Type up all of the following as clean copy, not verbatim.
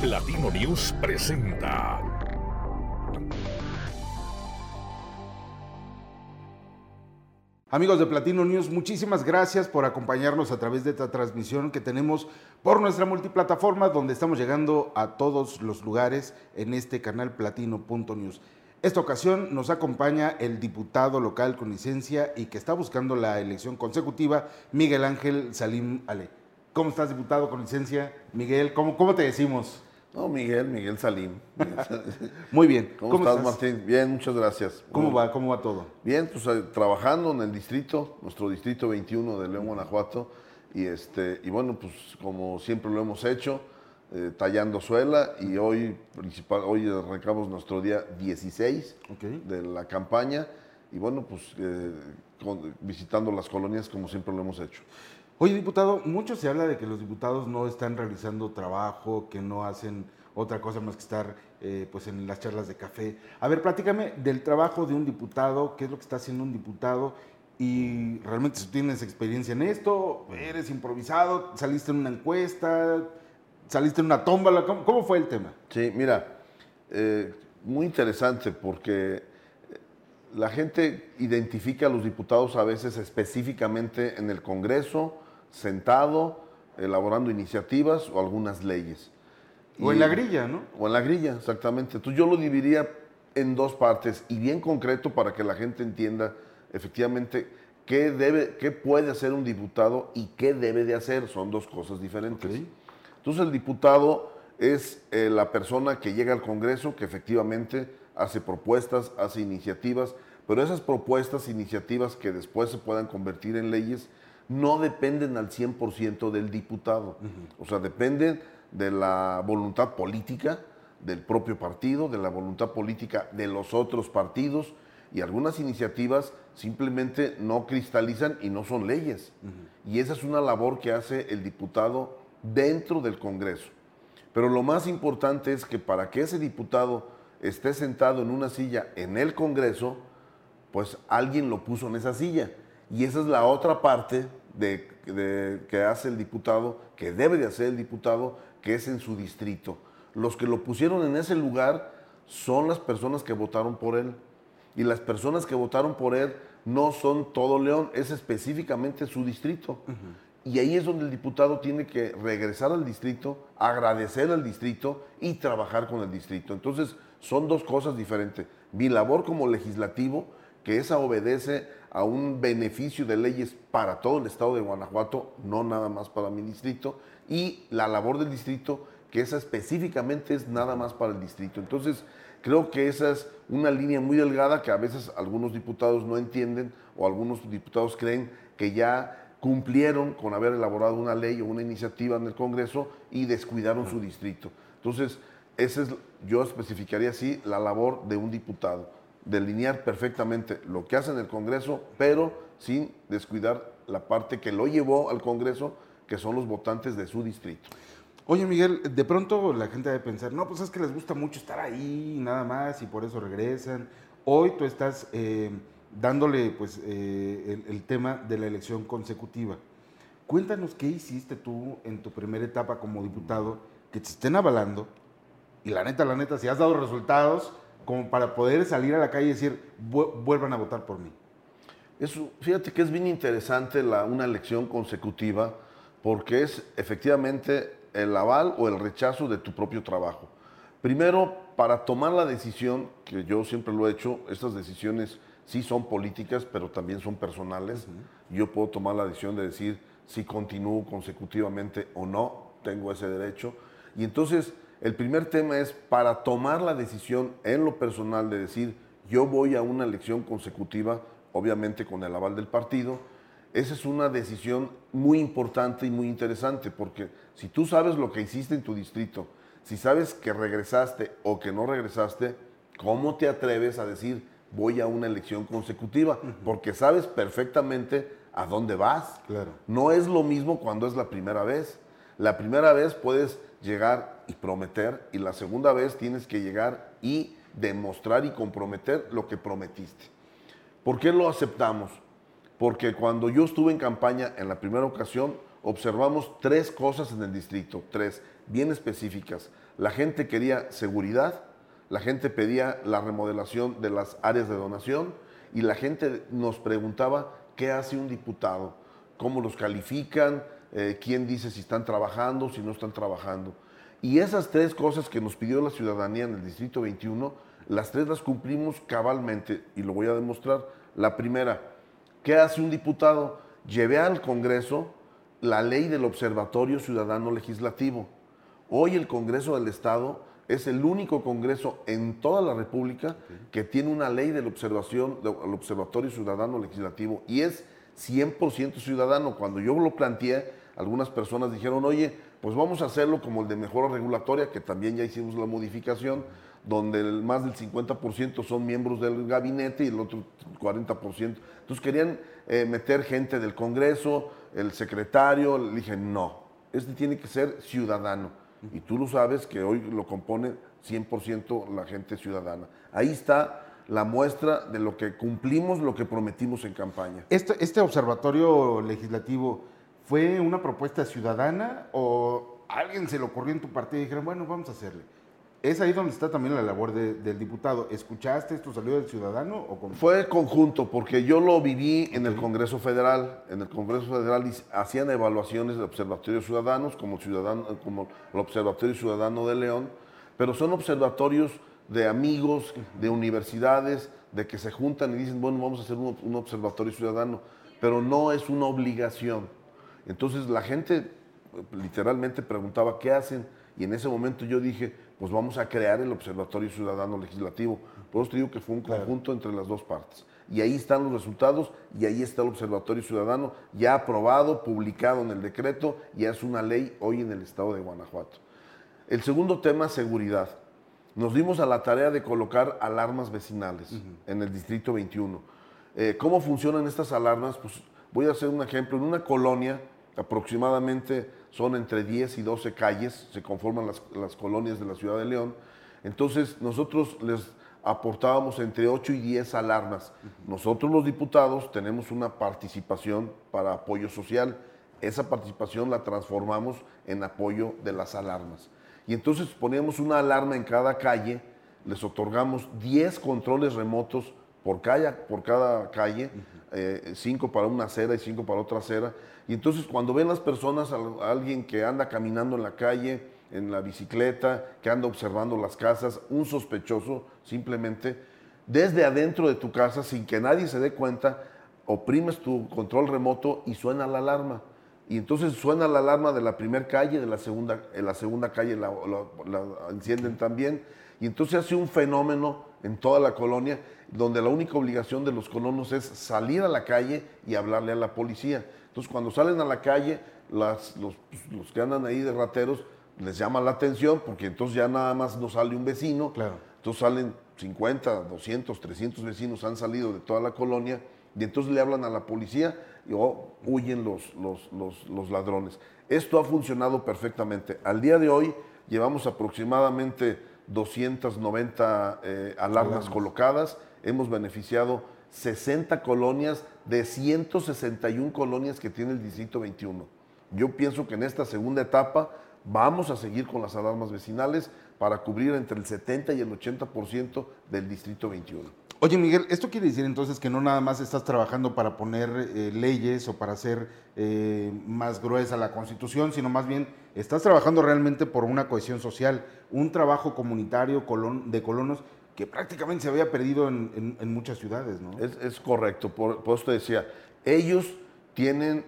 Platino News presenta. Amigos de Platino News, muchísimas gracias por acompañarnos a través de esta transmisión que tenemos por nuestra multiplataforma, donde estamos llegando a todos los lugares en este canal platino.news. Esta ocasión nos acompaña el diputado local con licencia y que está buscando la elección consecutiva, Miguel Ángel Salim Ale. ¿Cómo estás, diputado con licencia? Miguel, ¿cómo te decimos? No, Miguel Salim. Muy bien. ¿Cómo estás, Martín? Bien, muchas gracias. ¿Cómo va todo? Bien, pues trabajando en el distrito, nuestro distrito 21 de León, Guanajuato, y bueno, pues como siempre lo hemos hecho, tallando suela, y hoy arrancamos nuestro día 16 de la campaña, y bueno, pues visitando las colonias como siempre lo hemos hecho. Oye, diputado, mucho se habla de que los diputados no están realizando trabajo, que no hacen otra cosa más que estar pues en las charlas de café. A ver, platícame del trabajo de un diputado, qué es lo que está haciendo un diputado y realmente si tienes experiencia en esto, eres improvisado, saliste en una encuesta, saliste en una tómbola, ¿cómo fue el tema? Sí, mira, muy interesante porque la gente identifica a los diputados a veces específicamente en el Congreso, sentado, elaborando iniciativas o algunas leyes. O en la grilla, ¿no? O en la grilla, exactamente. Entonces yo lo dividiría en dos partes y bien concreto para que la gente entienda efectivamente qué puede hacer un diputado y qué debe de hacer. Son dos cosas diferentes. Okay. Entonces el diputado es la persona que llega al Congreso, que efectivamente hace propuestas, hace iniciativas, pero esas propuestas, iniciativas que después se puedan convertir en leyes, no dependen al 100% del diputado. O sea, dependen de la voluntad política del propio partido, de la voluntad política de los otros partidos, y algunas iniciativas simplemente no cristalizan y no son leyes. Y esa es una labor que hace el diputado dentro del Congreso. Pero lo más importante es que para que ese diputado esté sentado en una silla en el Congreso, pues alguien lo puso en esa silla. Y esa es la otra parte que hace el diputado, que debe de hacer el diputado, que es en su distrito. Los que lo pusieron en ese lugar son las personas que votaron por él. Y las personas que votaron por él no son todo León, es específicamente su distrito. Y ahí es donde el diputado tiene que regresar al distrito, agradecer al distrito y trabajar con el distrito. Entonces, son dos cosas diferentes. Mi labor como legislativo, que esa obedece a un beneficio de leyes para todo el estado de Guanajuato, no nada más para mi distrito, y la labor del distrito, que esa específicamente es nada más para el distrito. Entonces, creo que esa es una línea muy delgada que a veces algunos diputados no entienden o algunos diputados creen que ya cumplieron con haber elaborado una ley o una iniciativa en el Congreso y descuidaron su distrito. Entonces, yo especificaría así la labor de un diputado, delinear perfectamente lo que hace en el Congreso, pero sin descuidar la parte que lo llevó al Congreso, que son los votantes de su distrito. Oye, Miguel, de pronto la gente debe pensar, no, pues es que les gusta mucho estar ahí, nada más, y por eso regresan. Hoy tú estás dándole pues, el tema de la elección consecutiva. Cuéntanos qué hiciste tú en tu primera etapa como diputado, que te estén avalando, y la neta, si has dado resultados, como para poder salir a la calle y decir, vuelvan a votar por mí. Eso, fíjate que es bien interesante una elección consecutiva, porque es efectivamente el aval o el rechazo de tu propio trabajo. Primero, para tomar la decisión, que yo siempre lo he hecho, estas decisiones sí son políticas, pero también son personales. Yo puedo tomar la decisión de decir si continúo consecutivamente o no, tengo ese derecho. Y entonces, el primer tema es para tomar la decisión en lo personal de decir yo voy a una elección consecutiva, obviamente con el aval del partido. Esa es una decisión muy importante y muy interesante, porque si tú sabes lo que hiciste en tu distrito, si sabes que regresaste o que no regresaste, ¿cómo te atreves a decir voy a una elección consecutiva? Porque sabes perfectamente a dónde vas. Claro. No es lo mismo cuando es la primera vez. La primera vez puedes llegar y prometer, y la segunda vez tienes que llegar y demostrar y comprometer lo que prometiste. ¿Por qué lo aceptamos? Porque cuando yo estuve en campaña en la primera ocasión, observamos tres cosas en el distrito. Tres. bien específicas. La gente quería seguridad, la gente pedía la remodelación de las áreas de donación y la gente nos preguntaba qué hace un diputado, cómo los califican, quién dice si están trabajando, si no están trabajando. Y esas tres cosas que nos pidió la ciudadanía en el Distrito 21, las tres las cumplimos cabalmente y lo voy a demostrar. La primera, ¿qué hace un diputado? Llevé al Congreso la ley del Observatorio Ciudadano Legislativo. Hoy el Congreso del Estado es el único Congreso en toda la República que tiene una ley del Observatorio Ciudadano Legislativo y es 100% ciudadano. Cuando yo lo planteé, algunas personas dijeron, oye, pues vamos a hacerlo como el de mejora regulatoria, que también ya hicimos la modificación, donde más del 50% son miembros del gabinete y el otro 40%. Entonces querían meter gente del Congreso, el secretario, le dije, no, este tiene que ser ciudadano. Y tú lo sabes que hoy lo compone 100% la gente ciudadana. Ahí está la muestra de lo que cumplimos, lo que prometimos en campaña. ¿Este observatorio legislativo fue una propuesta ciudadana o a alguien se le ocurrió en tu partido y dijeron, bueno, vamos a hacerle? Es ahí donde está también la labor del diputado. ¿Escuchaste esto salió del ciudadano o cómo? Fue conjunto, porque yo lo viví en el Congreso Federal. En el Congreso Federal hacían evaluaciones de observatorios ciudadanos, como el Observatorio Ciudadano de León, pero son observatorios de amigos, de universidades, de que se juntan y dicen, bueno, vamos a hacer un observatorio ciudadano, pero no es una obligación. Entonces la gente literalmente preguntaba, ¿qué hacen? Y en ese momento yo dije, pues vamos a crear el Observatorio Ciudadano Legislativo. Por eso te digo que fue un conjunto entre las dos partes. Y ahí están los resultados y ahí está el Observatorio Ciudadano ya aprobado, publicado en el decreto, ya es una ley hoy en el estado de Guanajuato. El segundo tema, seguridad. Nos dimos a la tarea de colocar alarmas vecinales en el Distrito 21. ¿Cómo funcionan estas alarmas? Pues voy a hacer un ejemplo. En una colonia, aproximadamente son entre 10 y 12 calles, se conforman las colonias de la ciudad de León. Entonces nosotros les aportábamos entre 8 y 10 alarmas. Nosotros los diputados tenemos una participación para apoyo social. Esa participación la transformamos en apoyo de las alarmas. Y entonces poníamos una alarma en cada calle, les otorgamos 10 controles remotos por cada calle, 5 para una acera y 5 para otra acera. Y entonces cuando ven las personas a alguien que anda caminando en la calle, en la bicicleta, que anda observando las casas, un sospechoso, simplemente desde adentro de tu casa, sin que nadie se dé cuenta, oprimes tu control remoto y suena la alarma. Y entonces suena la alarma de la primera calle, en la segunda calle la encienden también. Y entonces hace un fenómeno en toda la colonia, donde la única obligación de los colonos es salir a la calle y hablarle a la policía. Entonces cuando salen a la calle, los que andan ahí de rateros, les llama la atención, porque entonces ya nada más no sale un vecino. Claro. Entonces salen 50, 200, 300 vecinos, han salido de toda la colonia, y entonces le hablan a la policía y huyen los ladrones. Esto ha funcionado perfectamente. Al día de hoy llevamos aproximadamente 290 alarmas colocadas. Hemos beneficiado 60 colonias de 161 colonias que tiene el Distrito 21. Yo pienso que en esta segunda etapa vamos a seguir con las alarmas vecinales para cubrir entre el 70 y el 80% del Distrito 21. Oye, Miguel, ¿esto quiere decir entonces que no nada más estás trabajando para poner leyes o para hacer más gruesa la Constitución, sino más bien estás trabajando realmente por una cohesión social, un trabajo comunitario de colonos que prácticamente se había perdido en muchas ciudades, ¿no? Es correcto, por eso te decía, ellos tienen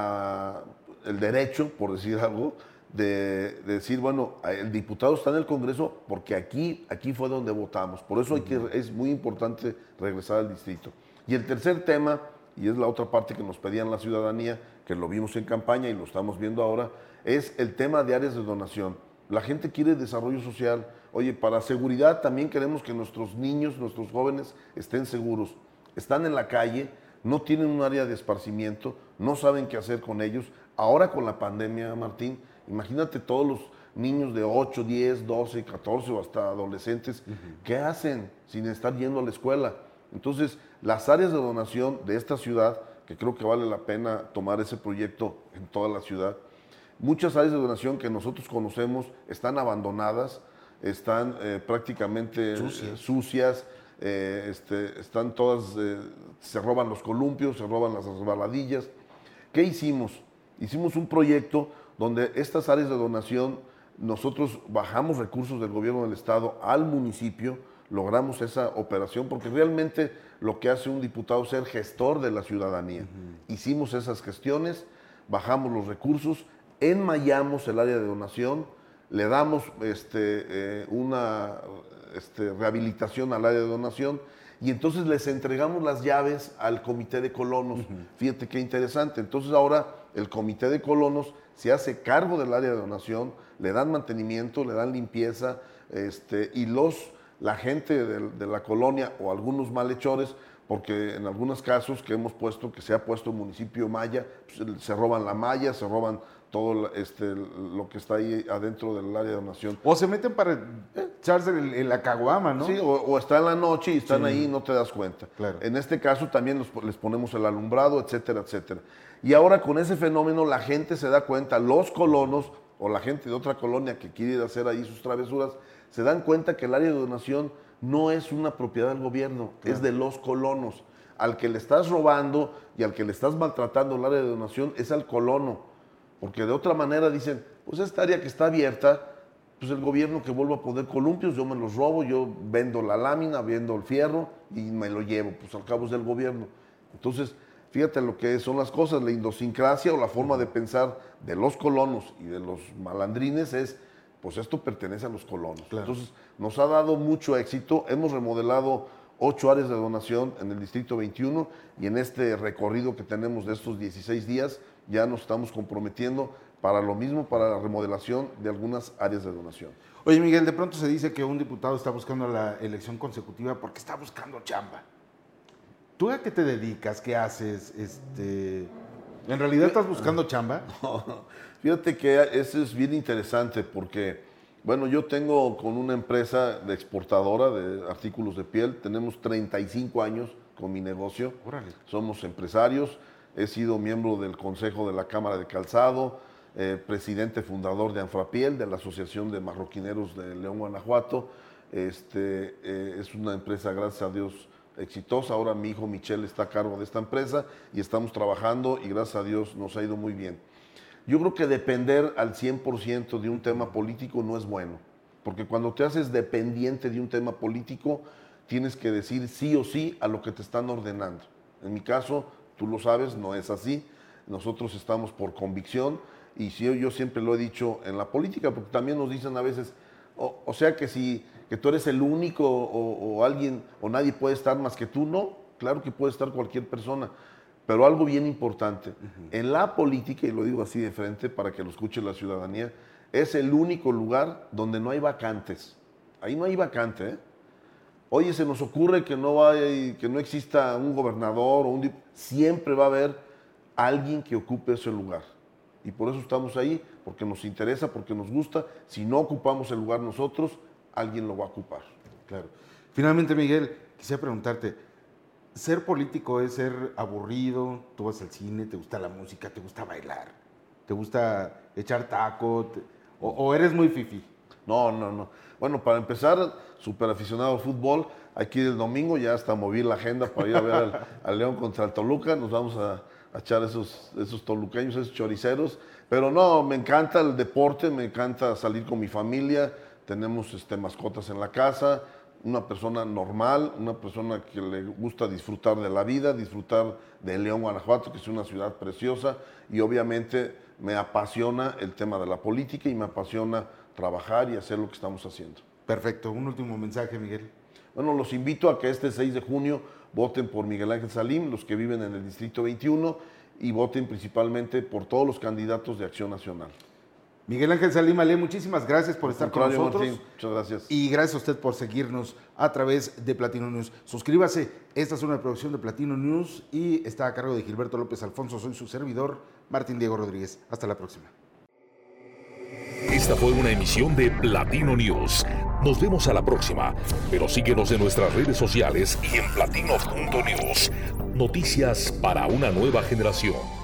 el derecho, por decir algo, de decir, bueno, el diputado está en el Congreso porque aquí fue donde votamos. Por eso es muy importante regresar al distrito. Y el tercer tema, y es la otra parte que nos pedían la ciudadanía, que lo vimos en campaña y lo estamos viendo ahora, es el tema de áreas de donación. La gente quiere desarrollo social. Oye, para seguridad también queremos que nuestros niños, nuestros jóvenes estén seguros. Están en la calle, no tienen un área de esparcimiento, no saben qué hacer con ellos. Ahora con la pandemia, Martín, imagínate todos los niños de 8, 10, 12, 14 o hasta adolescentes, ¿qué hacen sin estar yendo a la escuela? Entonces, las áreas de donación de esta ciudad, que creo que vale la pena tomar ese proyecto en toda la ciudad, muchas áreas de donación que nosotros conocemos están abandonadas, están prácticamente sucias, están todas, se roban los columpios, se roban las resbaladillas. ¿Qué hicimos? Hicimos un proyecto donde estas áreas de donación, nosotros bajamos recursos del gobierno del estado al municipio, logramos esa operación, porque realmente lo que hace un diputado es ser gestor de la ciudadanía. Hicimos esas gestiones, bajamos los recursos, enmayamos el área de donación, le damos una rehabilitación al área de donación y entonces les entregamos las llaves al comité de colonos. Fíjate qué interesante. Entonces ahora el comité de colonos se hace cargo del área de donación, le dan mantenimiento, le dan limpieza, y la gente de la colonia o algunos malhechores, porque en algunos casos que hemos puesto, que se ha puesto el municipio maya, pues, se roban la malla, se roban todo lo que está ahí adentro del área de donación. O se meten para echarse en la caguama, ¿no? Sí, o está en la noche y están ahí y no te das cuenta. Claro. En este caso también les ponemos el alumbrado, etcétera, etcétera. Y ahora con ese fenómeno la gente se da cuenta, los colonos o la gente de otra colonia que quiere ir a hacer ahí sus travesuras, se dan cuenta que el área de donación no es una propiedad del gobierno, es de los colonos. Al que le estás robando y al que le estás maltratando el área de donación es al colono. Porque de otra manera dicen, pues esta área que está abierta, pues el gobierno que vuelva a poner columpios, yo me los robo, yo vendo la lámina, vendo el fierro y me lo llevo, pues al cabo es del gobierno. Entonces, fíjate lo que son las cosas, la idiosincrasia o la forma de pensar de los colonos y de los malandrines es, pues esto pertenece a los colonos. Claro. Entonces, nos ha dado mucho éxito, hemos remodelado 8 áreas de donación en el Distrito 21 y en este recorrido que tenemos de estos 16 días, ya nos estamos comprometiendo para lo mismo, para la remodelación de algunas áreas de donación. Oye, Miguel, de pronto se dice que un diputado está buscando la elección consecutiva porque está buscando chamba. ¿Tú a qué te dedicas? ¿Qué haces? ¿En realidad estás buscando chamba? No, fíjate que eso es bien interesante porque, bueno, yo tengo con una empresa de exportadora de artículos de piel, tenemos 35 años con mi negocio. Órale. Somos empresarios. He sido miembro del Consejo de la Cámara de Calzado, presidente fundador de Anfrapiel, de la Asociación de Marroquineros de León, Guanajuato. Es una empresa, gracias a Dios, exitosa. Ahora mi hijo Michel está a cargo de esta empresa y estamos trabajando y gracias a Dios nos ha ido muy bien. Yo creo que depender al 100% de un tema político no es bueno, porque cuando te haces dependiente de un tema político, tienes que decir sí o sí a lo que te están ordenando. En mi caso, tú lo sabes, no es así. Nosotros estamos por convicción y yo siempre lo he dicho en la política, porque también nos dicen a veces, o sea que que tú eres el único o alguien o nadie puede estar más que tú. No, claro que puede estar cualquier persona, pero algo bien importante, en la política, y lo digo así de frente para que lo escuche la ciudadanía, es el único lugar donde no hay vacantes. Ahí no hay vacante, ¿eh? Oye, se nos ocurre que no exista un gobernador o siempre va a haber alguien que ocupe ese lugar. Y por eso estamos ahí, porque nos interesa, porque nos gusta. Si no ocupamos el lugar nosotros, alguien lo va a ocupar. Claro. Finalmente, Miguel, quisiera preguntarte, ¿ser político es ser aburrido? ¿Tú vas al cine, te gusta la música, te gusta bailar, te gusta echar taco, o eres muy fifí? No. Bueno, para empezar, súper aficionado al fútbol. Aquí el domingo ya hasta moví la agenda para ir a ver al León contra el Toluca. Nos vamos a echar esos toluqueños, esos choriceros. Pero no, me encanta el deporte, me encanta salir con mi familia. Tenemos mascotas en la casa. Una persona normal, una persona que le gusta disfrutar de la vida, disfrutar de León, Guanajuato, que es una ciudad preciosa. Y obviamente me apasiona el tema de la política y me apasiona trabajar y hacer lo que estamos haciendo. Perfecto. Un último mensaje, Miguel. Bueno, los invito a que este 6 de junio voten por Miguel Ángel Salim, los que viven en el Distrito 21, y voten principalmente por todos los candidatos de Acción Nacional. Miguel Ángel Salim Ale, muchísimas gracias por estar con nosotros. Martín, muchas gracias. Y gracias a usted por seguirnos a través de Platino News. Suscríbase, esta es una producción de Platino News y está a cargo de Gilberto López Alfonso. Soy su servidor, Martín Diego Rodríguez. Hasta la próxima. Esta fue una emisión de Platino News. Nos vemos a la próxima, pero síguenos en nuestras redes sociales y en platino.news. Noticias para una nueva generación.